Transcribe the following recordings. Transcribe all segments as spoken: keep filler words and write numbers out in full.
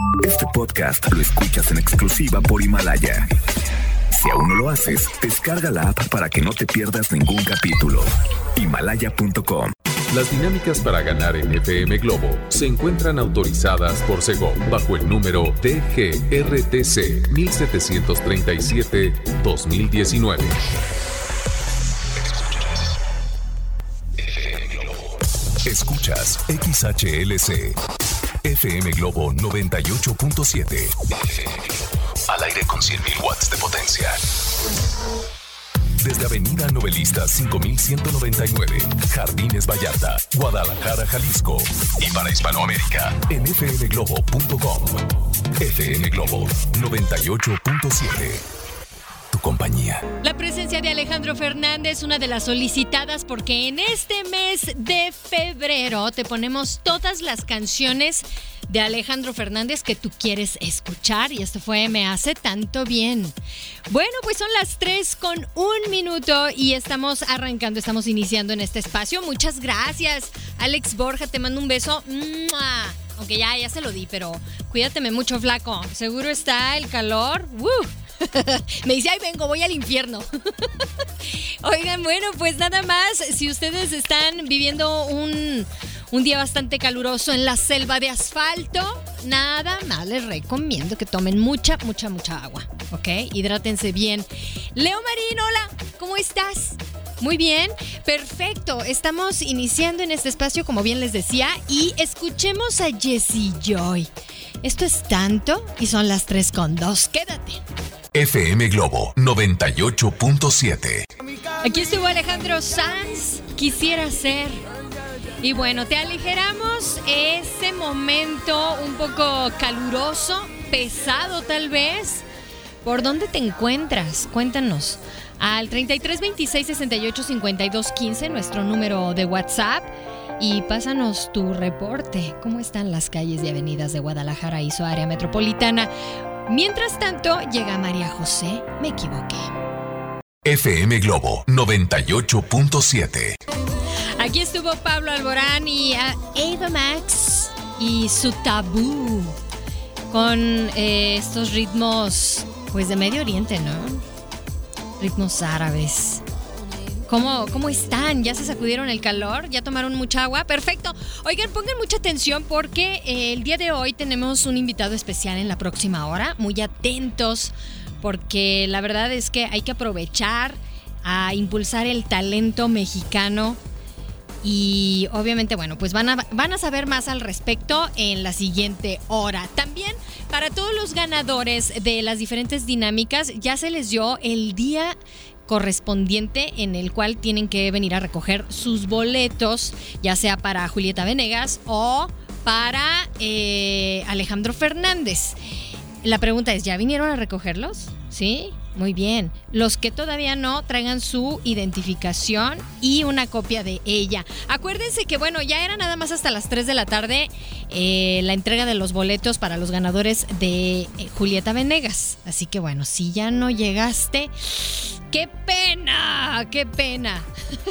Este podcast lo escuchas en exclusiva por Himalaya. Si aún no lo haces, descarga la app para que no te pierdas ningún capítulo. Himalaya punto com. Las dinámicas para ganar en F M Globo se encuentran autorizadas por Segov bajo el número T G R T C mil setecientos treinta y siete dos mil diecinueve. Escuchas X H L C F M Globo noventa y ocho punto siete. Al aire con cien mil watts de potencia. Desde Avenida Novelista cinco mil ciento noventa y nueve, Jardines Vallarta, Guadalajara, Jalisco. Y para Hispanoamérica, en f m globo punto com. F M Globo noventa y ocho punto siete. Tu compañía. La presencia de Alejandro Fernández, una de las solicitadas, porque en este mes de febrero te ponemos todas las canciones de Alejandro Fernández que tú quieres escuchar, y esto fue Me Hace Tanto Bien. Bueno, pues son las tres con un minuto y estamos arrancando, estamos iniciando en este espacio. Muchas gracias, Alex Borja, te mando un beso. ¡Mua! Aunque ya, ya se lo di, pero cuídateme mucho, flaco. Seguro está el calor. ¡Uh! Me dice, ay, vengo, voy al infierno. Oigan, bueno, pues nada más, si ustedes están viviendo un, un día bastante caluroso en la selva de asfalto, nada más les recomiendo que tomen mucha, mucha, mucha agua, ¿ok? Hidrátense bien. Leo Marín, hola, ¿cómo estás? Muy bien, perfecto. Estamos iniciando en este espacio, como bien les decía, y escuchemos a Jessie Joy. Esto es Tanto y son las tres con dos. Quédate. F M Globo noventa y ocho punto siete. Aquí estuvo Alejandro Sanz, Quisiera Ser. Y bueno, te aligeramos ese momento un poco caluroso, pesado tal vez. ¿Por dónde te encuentras? Cuéntanos. Al treinta y tres veintiséis sesenta y ocho cincuenta y dos quince, nuestro número de WhatsApp. Y pásanos tu reporte. ¿Cómo están las calles y avenidas de Guadalajara y su área metropolitana? Mientras tanto, llega María José, Me Equivoqué. F M Globo noventa y ocho punto siete. Aquí estuvo Pablo Alborán y Ava Max y su Tabú. Con eh, estos ritmos, pues de Medio Oriente, ¿no? Ritmos árabes. ¿Cómo, ¿Cómo están? ¿Ya se sacudieron el calor? ¿Ya tomaron mucha agua? Perfecto. Oigan, pongan mucha atención porque eh, el día de hoy tenemos un invitado especial en la próxima hora. Muy atentos, porque la verdad es que hay que aprovechar a impulsar el talento mexicano. Y obviamente, bueno, pues van a, van a saber más al respecto en la siguiente hora. También para todos los ganadores de las diferentes dinámicas ya se les dio el día correspondiente en el cual tienen que venir a recoger sus boletos, ya sea para Julieta Venegas o para eh, Alejandro Fernández. La pregunta es, ¿ya vinieron a recogerlos? ¿Sí? Muy bien. Los que todavía no, traigan su identificación y una copia de ella. Acuérdense que, bueno, ya era nada más hasta las tres de la tarde eh, la entrega de los boletos para los ganadores de eh, Julieta Venegas. Así que, bueno, si ya no llegaste, ¡qué pena! ¡Qué pena!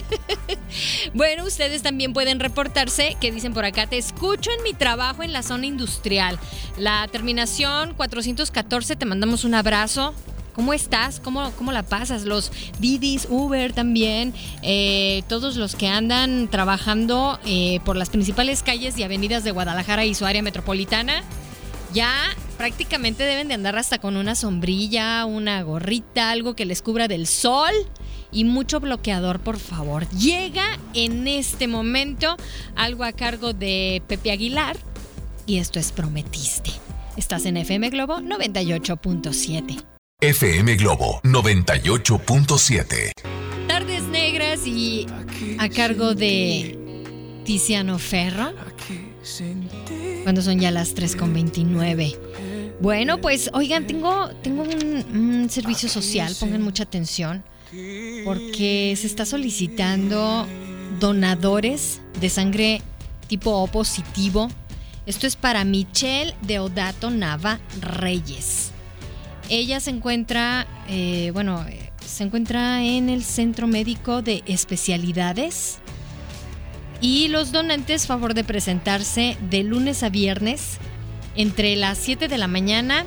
Bueno, ustedes también pueden reportarse, que dicen por acá, te escucho en mi trabajo en la zona industrial. La terminación cuatrocientos catorce, te mandamos un abrazo. ¿Cómo estás? ¿Cómo, cómo la pasas? Los Didis, Uber también, eh, todos los que andan trabajando eh, por las principales calles y avenidas de Guadalajara y su área metropolitana, ya prácticamente deben de andar hasta con una sombrilla, una gorrita, algo que les cubra del sol y mucho bloqueador, por favor. Llega en este momento algo a cargo de Pepe Aguilar y esto es Prometiste. Estás en F M Globo noventa y ocho punto siete. F M Globo noventa y ocho punto siete. Tardes Negras y a cargo de Tiziano Ferro, cuando son ya las tres con veintinueve. Bueno, pues oigan, tengo, tengo un, un servicio social, pongan mucha atención, porque se está solicitando donadores de sangre tipo O positivo. Esto es para Michelle Deodato Nava Reyes. Ella se encuentra, eh, bueno, se encuentra en el Centro Médico de Especialidades y los donantes, favor de presentarse de lunes a viernes entre las siete de la mañana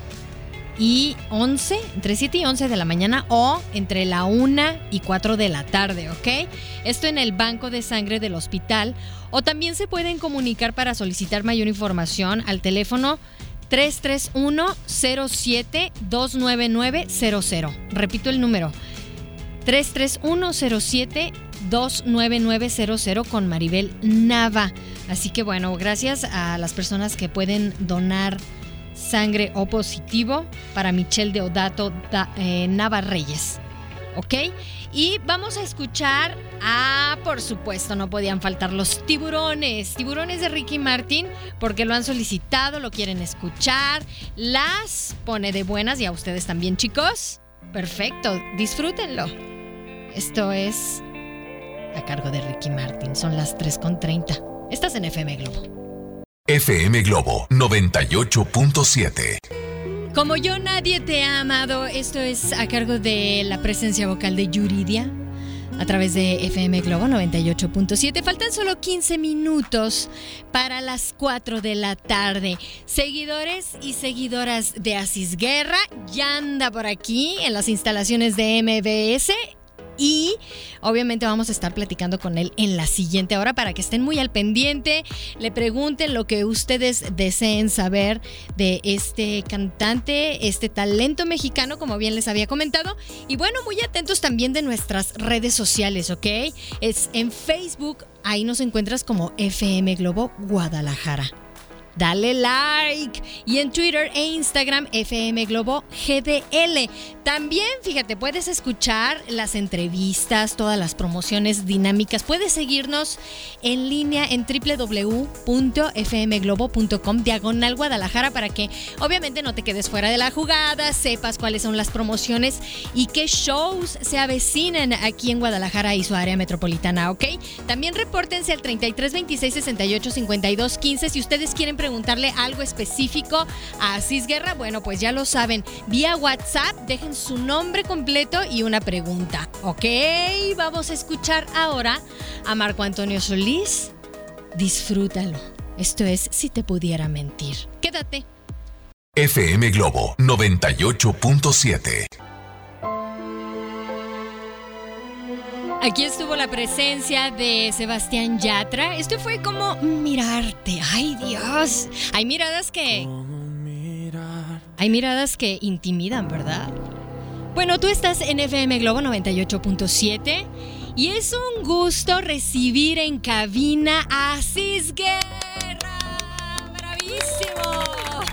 y once, entre siete y once de la mañana o entre la una y cuatro de la tarde, ¿ok? Esto en el banco de sangre del hospital. O también se pueden comunicar para solicitar mayor información al teléfono tres tres uno, cero siete, dos nueve nueve cero cero. Repito el número, tres tres uno, cero siete, dos nueve nueve cero cero con Maribel Nava. Así que bueno, gracias a las personas que pueden donar sangre O positivo para Michelle Deodato da, eh, Nava Reyes, ¿ok? Y vamos a escuchar a, por supuesto, no podían faltar los tiburones, tiburones de Ricky Martin, porque lo han solicitado, lo quieren escuchar, las pone de buenas y a ustedes también, chicos. Perfecto, disfrútenlo. Esto es a cargo de Ricky Martin, son las tres con treinta. Estás en F M Globo. F M Globo noventa y ocho punto siete. Como yo nadie te ha amado, esto es a cargo de la presencia vocal de Yuridia a través de F M Globo noventa y ocho punto siete. Faltan solo quince minutos para las cuatro de la tarde. Seguidores y seguidoras de Asís Guerra ya anda por aquí en las instalaciones de M B S. Y obviamente vamos a estar platicando con él en la siguiente hora para que estén muy al pendiente, le pregunten lo que ustedes deseen saber de este cantante, este talento mexicano, como bien les había comentado. Y bueno, muy atentos también de nuestras redes sociales, ¿ok? Es en Facebook, ahí nos encuentras como F M Globo Guadalajara. Dale like. Y en Twitter e Instagram, F M Globo G D L. También, fíjate, puedes escuchar las entrevistas, todas las promociones dinámicas. Puedes seguirnos en línea en doble u doble u doble u punto f m globo punto com diagonal Guadalajara para que obviamente no te quedes fuera de la jugada, sepas cuáles son las promociones y qué shows se avecinan aquí en Guadalajara y su área metropolitana, ¿ok? También repórtense al treinta y tres veintiséis sesenta y ocho cincuenta y dos quince si ustedes quieren preguntarle algo específico a Asís Guerra. Bueno, pues ya lo saben, vía WhatsApp, dejen su nombre completo y una pregunta, ¿ok? Vamos a escuchar ahora a Marco Antonio Solís. Disfrútalo. Esto es Si te pudiera mentir. Quédate. F M Globo noventa y ocho punto siete. Aquí estuvo la presencia de Sebastián Yatra. Esto fue como mirarte. ¡Ay, Dios! Hay miradas que... Hay miradas que intimidan, ¿verdad? Bueno, tú estás en F M Globo noventa y ocho punto siete y es un gusto recibir en cabina a Asís Guerra. ¡Bravísimo!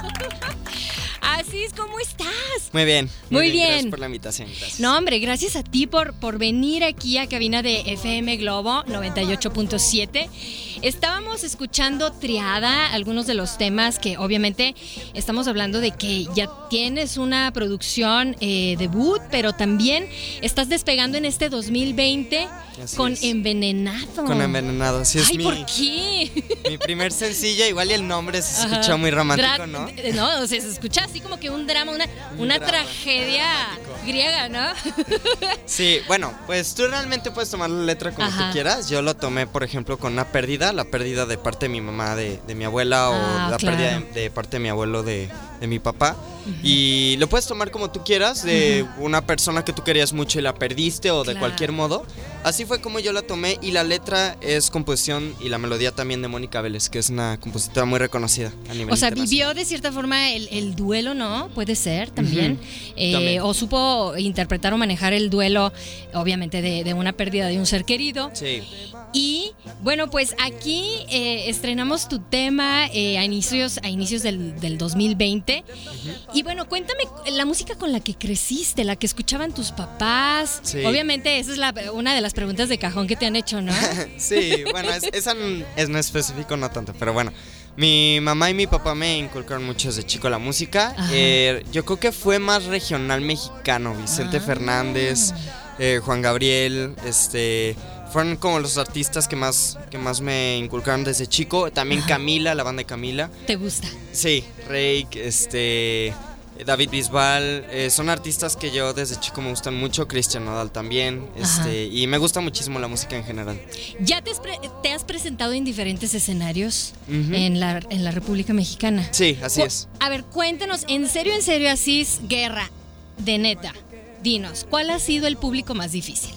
Asís, ¿cómo estás? Muy bien. Muy, muy bien, bien. Gracias por la invitación. Gracias. No, hombre, gracias a ti por, por venir aquí a cabina de F M Globo noventa y ocho punto siete. Estábamos escuchando Triada, algunos de los temas que obviamente estamos hablando de que ya tienes una producción eh, debut, pero también estás despegando en este dos mil veinte Así con es. Envenenado. Con Envenenado, sí es Ay, mi... ¿por qué? Mi primer sencillo, igual y el nombre se escuchó muy romántico, Dra- ¿no? No, o sea, se escucha así como que un drama, una, un una drama tragedia dramático. Griega, ¿no? Sí, bueno, pues tú realmente puedes tomar la letra como Ajá. tú quieras. Yo lo tomé, por ejemplo, con una pérdida, la pérdida de parte de mi mamá, de, de mi abuela, ah, o la claro. pérdida de, de parte de mi abuelo, de, de mi papá. Uh-huh. Y lo puedes tomar como tú quieras, de uh-huh. una persona que tú querías mucho y la perdiste, o de claro. cualquier modo. Así fue como yo la tomé, y la letra es composición y la melodía también de Mónica Vélez, que es una compositora muy reconocida a nivel O sea, vivió de cierta forma el, el duelo, ¿no? Puede ser también. Uh-huh. Eh, también. O supo interpretar o manejar el duelo, obviamente, de, de una pérdida de un ser querido. Sí. Y bueno, pues aquí eh, estrenamos tu tema eh, a inicios, a inicios del, del dos mil veinte. Uh-huh. Y bueno, cuéntame la música con la que creciste, la que escuchaban tus papás. Sí. Obviamente esa es la, una de las preguntas de cajón que te han hecho, ¿no? Sí, bueno, es, esa es no específico, no tanto, pero bueno. Mi mamá y mi papá me inculcaron mucho desde chico la música. Eh, yo creo que fue más regional mexicano, Vicente ah. Fernández, eh, Juan Gabriel, este... fueron como los artistas que más, que más me inculcaron desde chico. También Ajá. Camila, la banda de Camila. ¿Te gusta? Sí, Reik, este, David Bisbal. Eh, son artistas que yo desde chico me gustan mucho. Cristian Nodal también. Este, y me gusta muchísimo la música en general. ¿Ya te, te has presentado en diferentes escenarios uh-huh. en, la, en la República Mexicana. Sí, así es. A ver, cuéntanos, en serio, en serio, Asís Guerra, de neta, dinos, ¿cuál ha sido el público más difícil?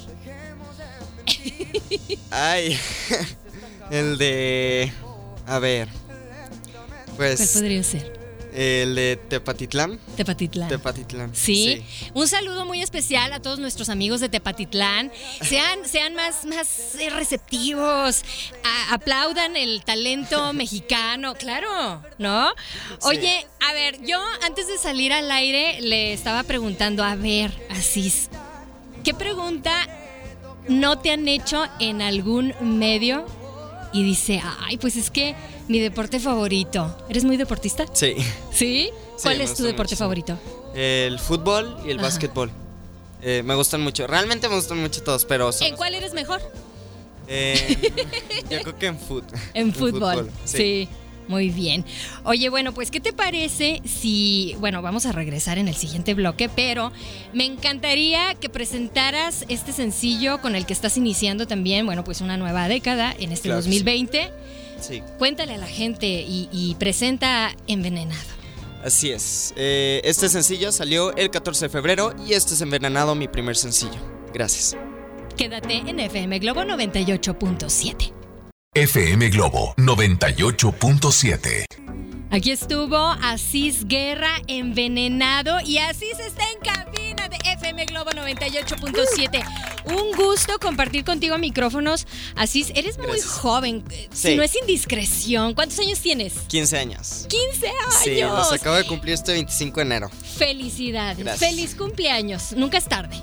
Ay, el de... A ver, pues... ¿Cuál podría ser? El de Tepatitlán. Tepatitlán. Tepatitlán. ¿Sí? Sí. Un saludo muy especial a todos nuestros amigos de Tepatitlán. Sean, sean más, más receptivos. A, aplaudan el talento mexicano, claro, ¿no? Oye, sí. A ver, yo antes de salir al aire le estaba preguntando, a ver, Asís, ¿qué pregunta no te han hecho en algún medio? Y dice, ay, pues es que mi deporte favorito. ¿Eres muy deportista? Sí. ¿Sí? ¿Cuál sí, es tu deporte mucho. favorito? El fútbol y el Ajá. básquetbol. Eh, me gustan mucho. Realmente me gustan mucho todos, pero... ¿En cuál eres mejor? Eh, yo creo que en fútbol. En, en fútbol, fútbol sí. sí. Muy bien. Oye, bueno, pues, ¿qué te parece si... Bueno, vamos a regresar en el siguiente bloque, pero me encantaría que presentaras este sencillo con el que estás iniciando también, bueno, pues una nueva década en este claro dos mil veinte. Sí. Cuéntale a la gente y, y presenta Envenenado. Así es. Eh, este sencillo salió el catorce de febrero y este es Envenenado, mi primer sencillo. Gracias. Quédate en F M Globo noventa y ocho punto siete. F M Globo noventa y ocho punto siete. Aquí estuvo Asís Guerra, Envenenado, y Asís está en cabina de F M Globo noventa y ocho punto siete. Un gusto compartir contigo micrófonos. Asís, eres muy Gracias. joven. Sí. Si no es indiscreción, ¿cuántos años tienes? quince años. quince años. Sí, los acabo de cumplir este veinticinco de enero. Felicidades. Gracias. Feliz cumpleaños. Nunca es tarde.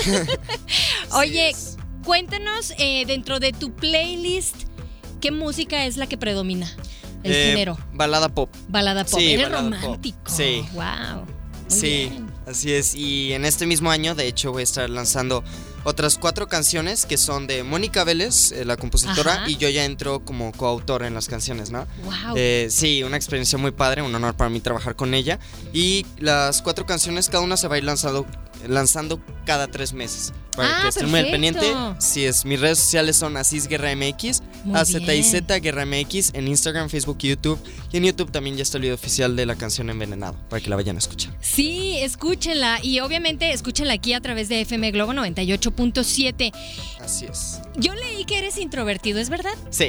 Oye, es. cuéntanos eh, dentro de tu playlist, ¿qué música es la que predomina? El eh, género. Balada pop. Balada pop. Sí, Eres balada romántico. Pop. Sí. Wow. Muy sí, bien. Así es. Y en este mismo año, de hecho, voy a estar lanzando otras cuatro canciones que son de Mónica Vélez, eh, la compositora, Ajá. y yo ya entro como coautor en las canciones, ¿no? Wow. Eh, sí, una experiencia muy padre, un honor para mí trabajar con ella. Y las cuatro canciones, cada una se va a ir lanzando, lanzando cada tres meses. Para ah, que estén muy al pendiente. Sí, es, mis redes sociales son Asís Guerra M X, A Z I Z Guerra M X, en Instagram, Facebook y YouTube. Y en YouTube también ya está el video oficial de la canción Envenenado, para que la vayan a escuchar. Sí, escúchenla. Y obviamente escúchenla aquí a través de F M Globo noventa y ocho punto siete. Así es. Yo leí que eres introvertido, ¿es verdad? Sí.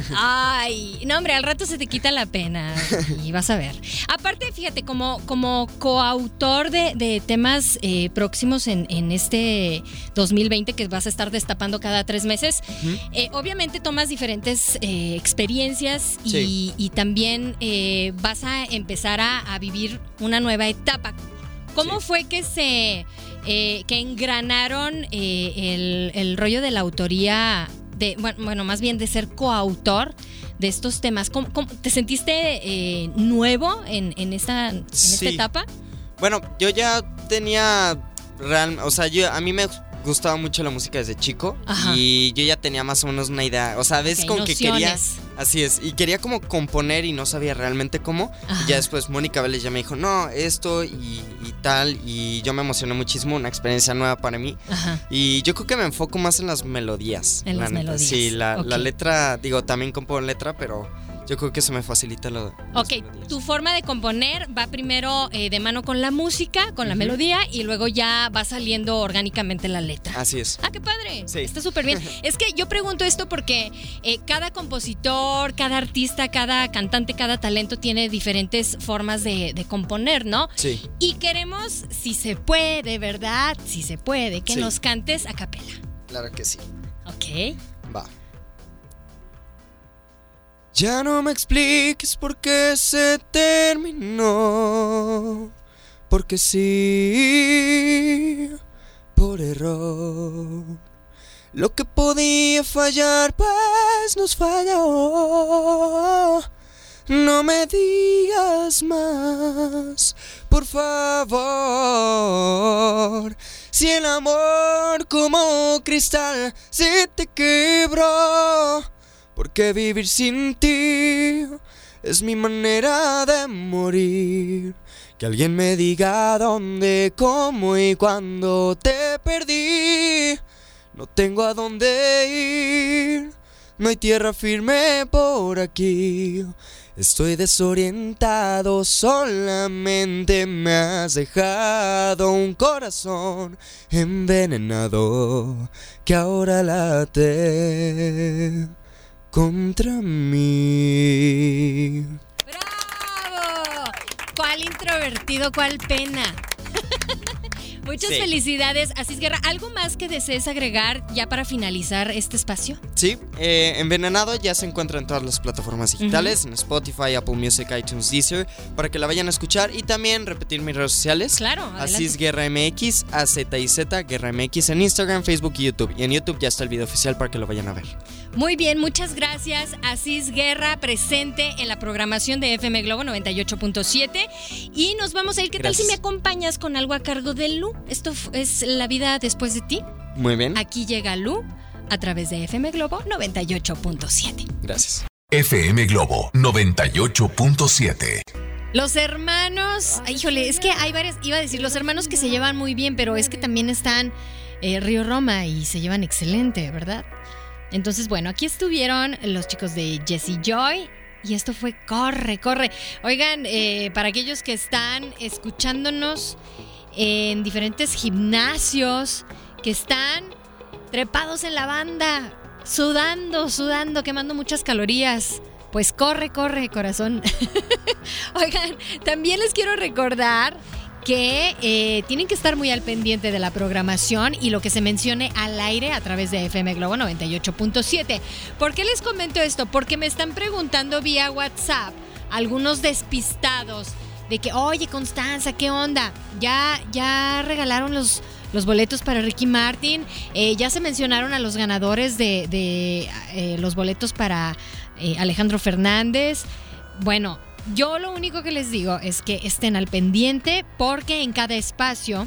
Ay, no, hombre, al rato se te quita la pena y vas a ver. Aparte, fíjate, como, como coautor de, de temas eh, próximos en, en este dos mil veinte que vas a estar destapando cada tres meses, uh-huh. eh, obviamente tomas diferentes eh, experiencias y, sí. y también eh, vas a empezar a, a vivir una nueva etapa. ¿Cómo sí. fue que se eh, que engranaron eh, el, el rollo de la autoría, de bueno, bueno, más bien de ser coautor de estos temas? ¿Cómo, cómo, ¿Te sentiste eh, nuevo en, en, esta, en sí. esta etapa? Bueno, yo ya tenía real, o sea, yo a mí me gustaba mucho la música desde chico. Ajá. Y yo ya tenía más o menos una idea, o sea, ves okay, como nociones. que quería, así es, y quería como componer y no sabía realmente cómo. Ajá. Y ya después Mónica Vélez ya me dijo, no, esto y, y tal, y yo me emocioné muchísimo, una experiencia nueva para mí. Ajá. Y yo creo que me enfoco más en las melodías. En las neta. melodías. Sí, la, okay. la letra, digo, también compongo letra, pero yo creo que se me facilita lo Ok, tu forma de componer va primero eh, de mano con la música, con la uh-huh. melodía, y luego ya va saliendo orgánicamente la letra. Así es. Ah, qué padre. Sí. Está súper bien. Es que yo pregunto esto porque eh, cada compositor, cada artista, cada cantante, cada talento tiene diferentes formas de, de componer, ¿no? Sí. Y queremos, si se puede, ¿verdad? Si se puede, que sí. nos cantes a capela. Claro que sí. Ok. Va. Ya no me expliques por qué se terminó, porque sí, por error. Lo que podía fallar, pues nos falló. No me digas más, por favor. Si el amor como cristal se te quebró, porque vivir sin ti es mi manera de morir. Que alguien me diga dónde, cómo y cuándo te perdí. No tengo a dónde ir, no hay tierra firme por aquí. Estoy desorientado, solamente me has dejado un corazón envenenado que ahora late contra mí. ¡Bravo! ¿Cuál introvertido, cuál pena? Muchas sí. felicidades, Asís Guerra. ¿Algo más que desees agregar ya para finalizar este espacio? Sí, eh, Envenenado ya se encuentra en todas las plataformas digitales, uh-huh. en Spotify, Apple Music, iTunes, Deezer, para que la vayan a escuchar y también repetir mis redes sociales. Claro, adelante. Asís Guerra M X, A Z I Z Guerra M X en Instagram, Facebook y YouTube. Y en YouTube ya está el video oficial para que lo vayan a ver. Muy bien, muchas gracias, Asís Guerra, presente en la programación de F M Globo noventa y ocho punto siete. Y nos vamos a ir. ¿Qué gracias. tal si me acompañas con algo a cargo de Lu? Esto es La vida después de ti. Muy bien. Aquí llega Lu a través de F M Globo noventa y ocho punto siete. Gracias. F M Globo noventa y ocho punto siete. Los hermanos, híjole, es que hay varias, iba a decir los hermanos que se llevan muy bien, pero es que también están eh, Río Roma y se llevan excelente, ¿verdad? Entonces, bueno, aquí estuvieron los chicos de Jessie Joy y esto fue Corre, Corre. Oigan, eh, para aquellos que están escuchándonos en diferentes gimnasios, que están trepados en la banda, sudando, sudando, quemando muchas calorías, pues corre, corre, corazón. Oigan, también les quiero recordar que eh, tienen que estar muy al pendiente de la programación y lo que se mencione al aire a través de F M Globo noventa y ocho punto siete. ¿Por qué les comento esto? Porque me están preguntando vía WhatsApp algunos despistados de que, oye, Constanza, ¿qué onda? Ya, ya regalaron los, los boletos para Ricky Martin, eh, ya se mencionaron a los ganadores de, de eh, los boletos para eh, Alejandro Fernández. Bueno, yo lo único que les digo es que estén al pendiente porque en cada espacio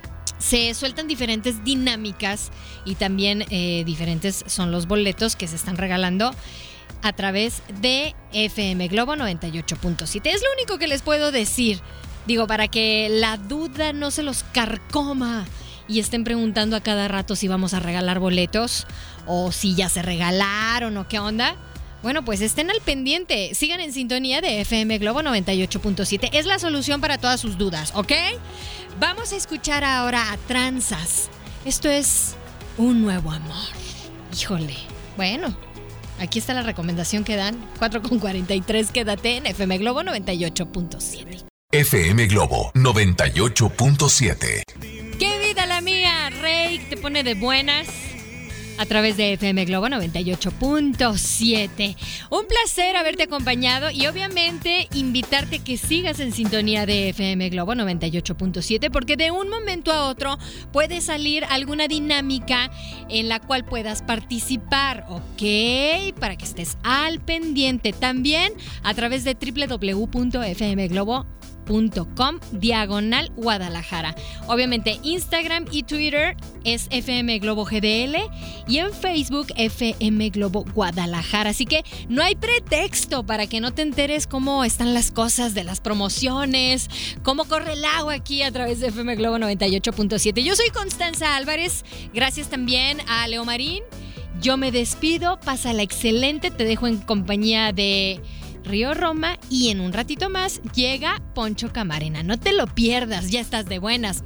se sueltan diferentes dinámicas y también eh, diferentes son los boletos que se están regalando a través de F M Globo noventa y ocho punto siete. Es lo único que les puedo decir. Digo, para que la duda no se los carcoma y estén preguntando a cada rato si vamos a regalar boletos o si ya se regalaron o qué onda. Bueno, pues estén al pendiente. Sigan en sintonía de F M Globo noventa y ocho punto siete. Es la solución para todas sus dudas, ¿ok? Vamos a escuchar ahora a Tranzas. Esto es Un Nuevo Amor. Híjole. Bueno, aquí está la recomendación que dan. cuatro con cuarenta y tres, quédate en F M Globo noventa y ocho punto siete. F M Globo noventa y ocho punto siete. ¡Qué vida la mía! Rey te pone de buenas a través de F M Globo noventa y ocho punto siete. Un placer haberte acompañado y obviamente invitarte que sigas en sintonía de F M Globo noventa y ocho punto siete porque de un momento a otro puede salir alguna dinámica en la cual puedas participar, ¿ok? Para que estés al pendiente. También a través de doble u doble u doble u punto f m globo punto com diagonal Guadalajara. Obviamente Instagram y Twitter es F M Globo G D L y en Facebook F M Globo Guadalajara. Así que no hay pretexto para que no te enteres cómo están las cosas de las promociones, cómo corre el agua aquí a través de F M Globo noventa y ocho punto siete. Yo soy Constanza Álvarez. Gracias también a Leo Marín. Yo me despido. Pásala excelente. Te dejo en compañía de Río Roma y en un ratito más llega Poncho Camarena. No te lo pierdas, ya estás de buenas.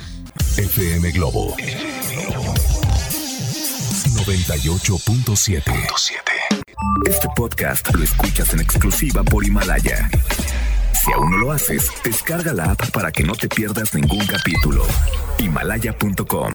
F M Globo noventa y ocho punto siete. Este podcast lo escuchas en exclusiva por Himalaya. Si aún no lo haces, descarga la app para que no te pierdas ningún capítulo. Himalaya punto com